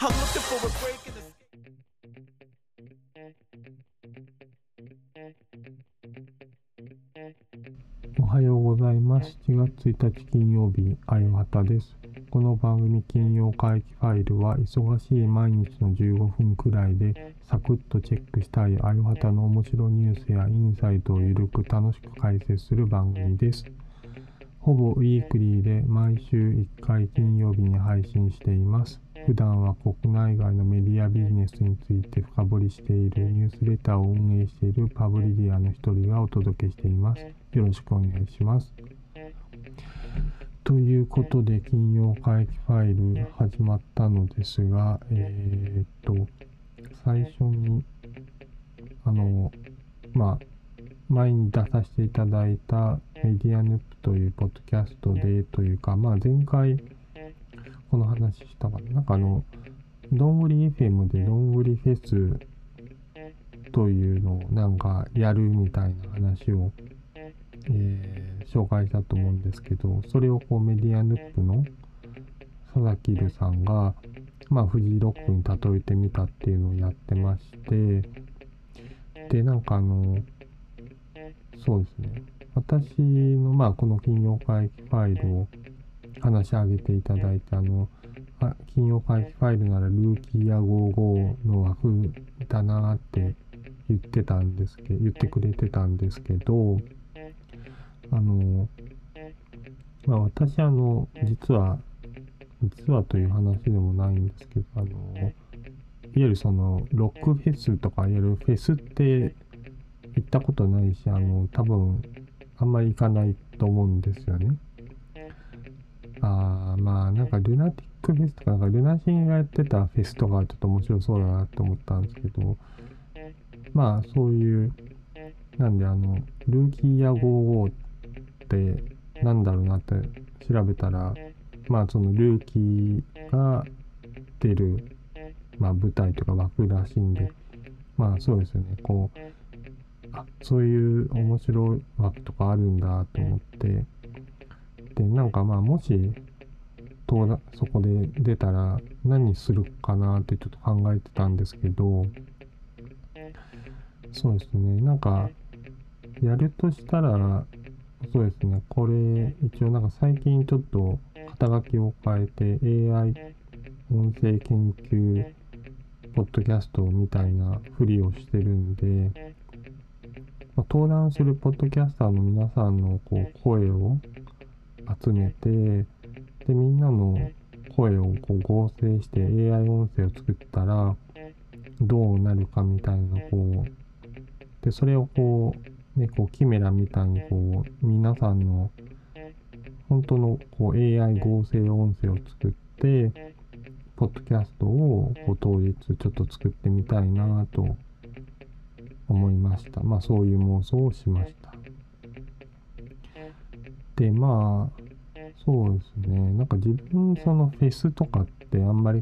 I'm looking for a break in the おはようございます。7月1日金曜日、あよはたです。この番組金曜会議ファイルは忙しい毎日の15分くらいでサクッとチェックしたいあよはたの面白ニュースやインサイトをゆるく楽しく解説する番組です。ほぼウィークリーで毎週1回金曜日に配信しています。普段は国内外のメディアビジネスについて深掘りしているニュースレターを運営しているパブリディアの一人がお届けしています。よろしくお願いします。ということで、金曜会議ファイル始まったのですが、最初に、前に出させていただいたメディアヌップというポッドキャストでというか、前回この話したかな。どんぐり FM でどんぐりフェスというのをやるみたいな話を、紹介したと思うんですけど、それをメディアヌップの佐々木留さんが、フジロックに例えてみたっていうのをやってまして、で、そうですね。私の、この金曜会議ファイルを話し上げていただいて、金曜会議ファイルならルーキーや55の枠だなって言ってくれてたんですけど、私実はという話でもないんですけど、いわゆるそのロックフェスとかいわゆるフェスって行ったことないし、多分あんまり行かないと思うんですよね。ルナティックフェスとか、ルナシーがやってたフェスとかはちょっと面白そうだなって思ったんですけど、そういう、ルーキーや55ってなんだろうなって調べたら、そのルーキーが出る、舞台とか枠らしいんで、そうですよね、そういう面白い枠とかあるんだと思って、で、もし、そこで出たら何するかなってちょっと考えてたんですけど、そうですね、やるとしたら、そうですね、これ、一応最近ちょっと肩書きを変えて AI 音声研究ポッドキャストみたいなふりをしてるんで、登壇するポッドキャスターの皆さんの声を集めて、で、みんなの声を合成して AI 音声を作ったらどうなるかみたいなで、それをキメラみたいに皆さんの本当のAI 合成音声を作って、ポッドキャストを当日ちょっと作ってみたいなと思いました。そういう妄想をしました。で、そうですね。自分そのフェスとかってあんまり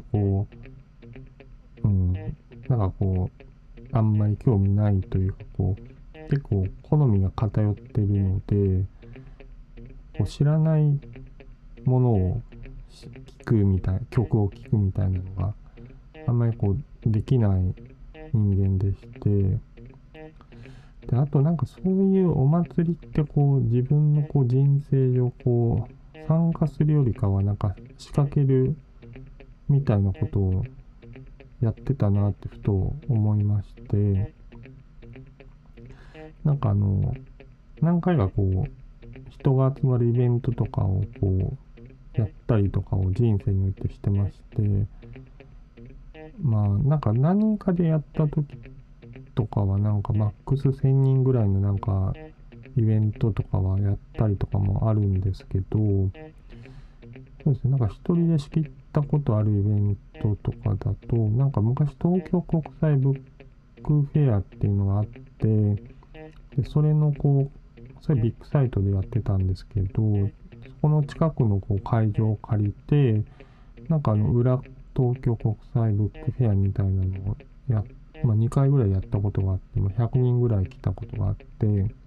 あんまり興味ないというか、結構好みが偏ってるので、知らないものを曲を聴くみたいなのがあんまりできない人間でして、で、あとそういうお祭りって自分の人生上参加するよりかは仕掛けるみたいなことをやってたなってふと思いまして、何回か人が集まるイベントとかをやったりとかを人生においてしてまして、何人かでやった時とかはマックス1000人ぐらいのイベントとかはやったりとかもあるんですけど、そうですね、一人で仕切ったことあるイベントとかだと、昔東京国際ブックフェアっていうのがあって、で、それビッグサイトでやってたんですけど、そこの近くの会場を借りて、裏東京国際ブックフェアみたいなのを2回ぐらいやったことがあって、100人ぐらい来たことがあって、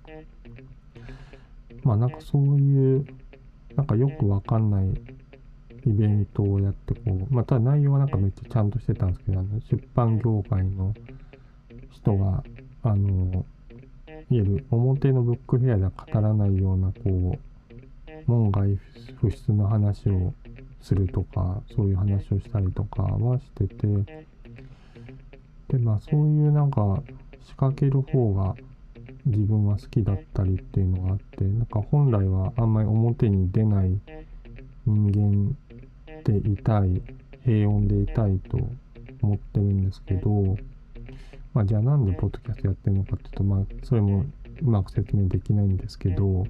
そういう、よくわかんないイベントをやってただ内容はなんかめっちゃちゃんとしてたんですけど、出版業界の人が、いわゆる表のブックフェアでは語らないような、門外不出の話をするとか、そういう話をしたりとかはしてて、で、そういうなんか仕掛ける方が自分は好きだったりっていうのがあって、なんか本来はあんまり表に出ない人間でいたい、平穏でいたいと思ってるんですけど、じゃあなんでポッドキャストやってるのかっていうと、それもうまく説明できないんですけど、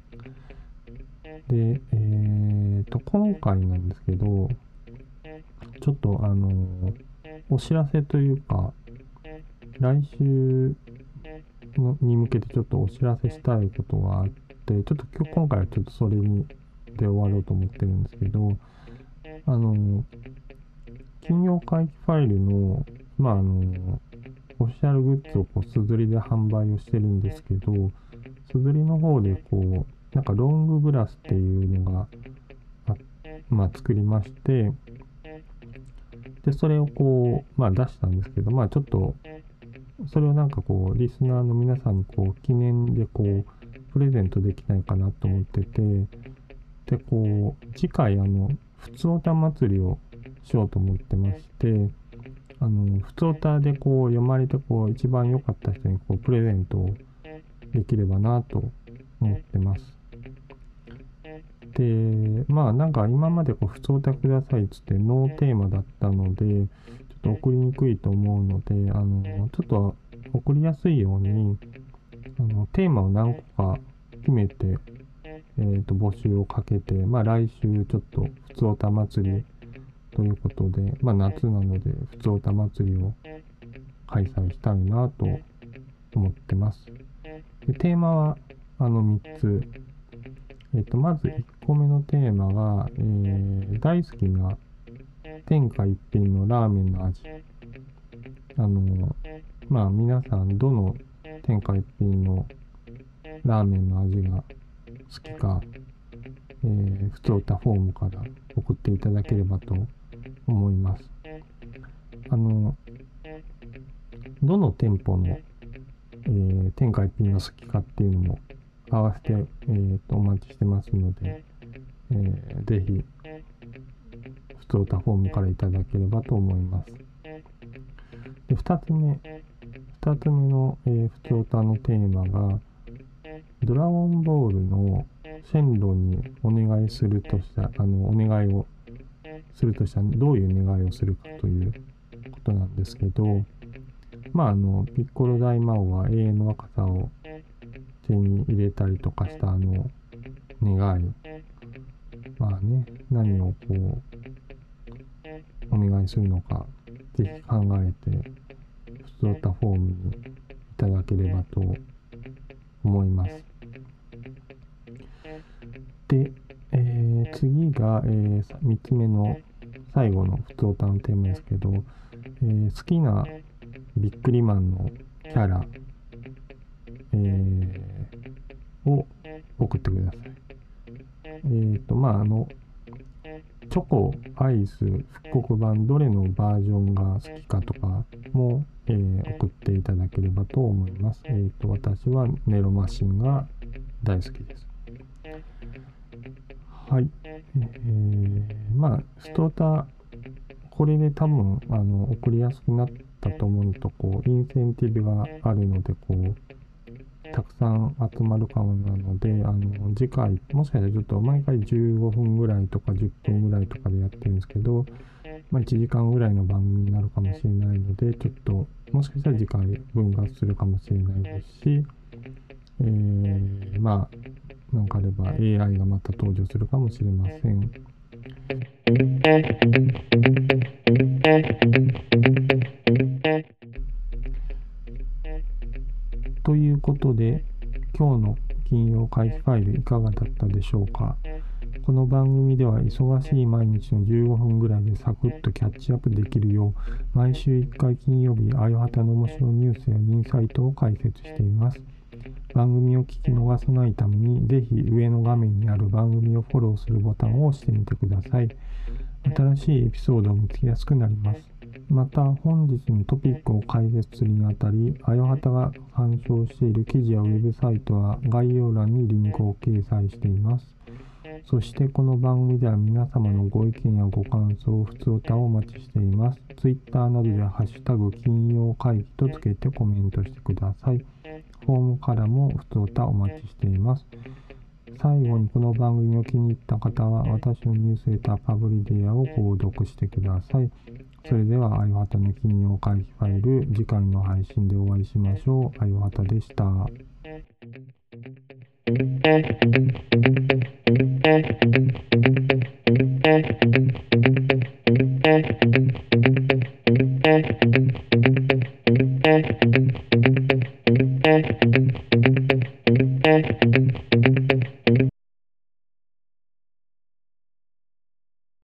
で、今回なんですけど、ちょっとお知らせというか、来週に向けてちょっとお知らせしたいことがあって、ちょっと今回はちょっとそれで終わろうと思ってるんですけど、金曜会議ファイルの、オフィシャルグッズをすずりで販売をしてるんですけど、すずりの方でなんかロンググラスっていうのが、作りまして、で、それを出したんですけど、ちょっと、それをなんかリスナーの皆さんに記念でプレゼントできないかなと思ってて、で、次回ふつおた祭りをしようと思ってまして、ふつおたで読まれて一番良かった人にプレゼントをできればなと思ってます。で、なんか今までふつおたくださいっつってノーテーマだったので、ちょっと送りにくいと思うので、ちょっと送りやすいように、テーマを何個か決めて、募集をかけて、来週ちょっとふつおた祭りということで、夏なのでふつおた祭りを開催したいなと思ってます。で、テーマは3つ。まず1個目のテーマが、大好きな天下一品のラーメンの味。皆さんどの天下一品のラーメンの味が好きか、ふつおたフォームから送っていただければと思います。どの店舗の、天下一品が好きかっていうのも合わせて、お待ちしてますので、ぜひふつおたフォームからいただければと思います。で、2つ目の、ふつおたのテーマが、ドラゴンボールのシェンロンにお願いするとしたら、お願いをするとしたらどういう願いをするかということなんですけど、ピッコロ大魔王は永遠の若さを手に入れたりとかした願い、何をお願いするのか、ぜひ考えて、ふつおたフォームにいただければと思います。で、次が、3つ目の最後のふつおたのテーマですけど、好きなビックリマンのキャラ、を送ってください。チョコ、アイス、復刻版、どれのバージョンが好きかとかも、送っていただければと思います。私はネロマシンが大好きです。はい。ストーター、これで多分、送りやすくなったと思うと、インセンティブがあるので、たくさん集まるかもなので、次回、もしかしたらちょっと毎回15分ぐらいとか10分ぐらいとかでやってるんですけど、1時間ぐらいの番組になるかもしれないので、ちょっと、もしかしたら次回分割するかもしれないですし、なんかあれば AI がまた登場するかもしれません。ということで、今日の金曜会議ファイルいかがだったでしょうか。この番組では忙しい毎日の15分ぐらいでサクッとキャッチアップできるよう、毎週1回金曜日、あよはたの面白いニュースやインサイトを解説しています。番組を聞き逃さないために、ぜひ上の画面にある番組をフォローするボタンを押してみてください。 新しいエピソードを見つけやすくなります。また、本日のトピックを解説するにあたり、あよはたが参照している記事やウェブサイトは概要欄にリンクを掲載しています。そしてこの番組では皆様のご意見やご感想、ふつおたをお待ちしています。Twitter などでハッシュタグ金曜会議とつけてコメントしてください。フォームからもふつおたお待ちしています。最後にこの番組を気に入った方は私のニュースレターパブリデアを購読してください。それではあよはたの金曜会議ファイル、次回の配信でお会いしましょう。あよはたでした。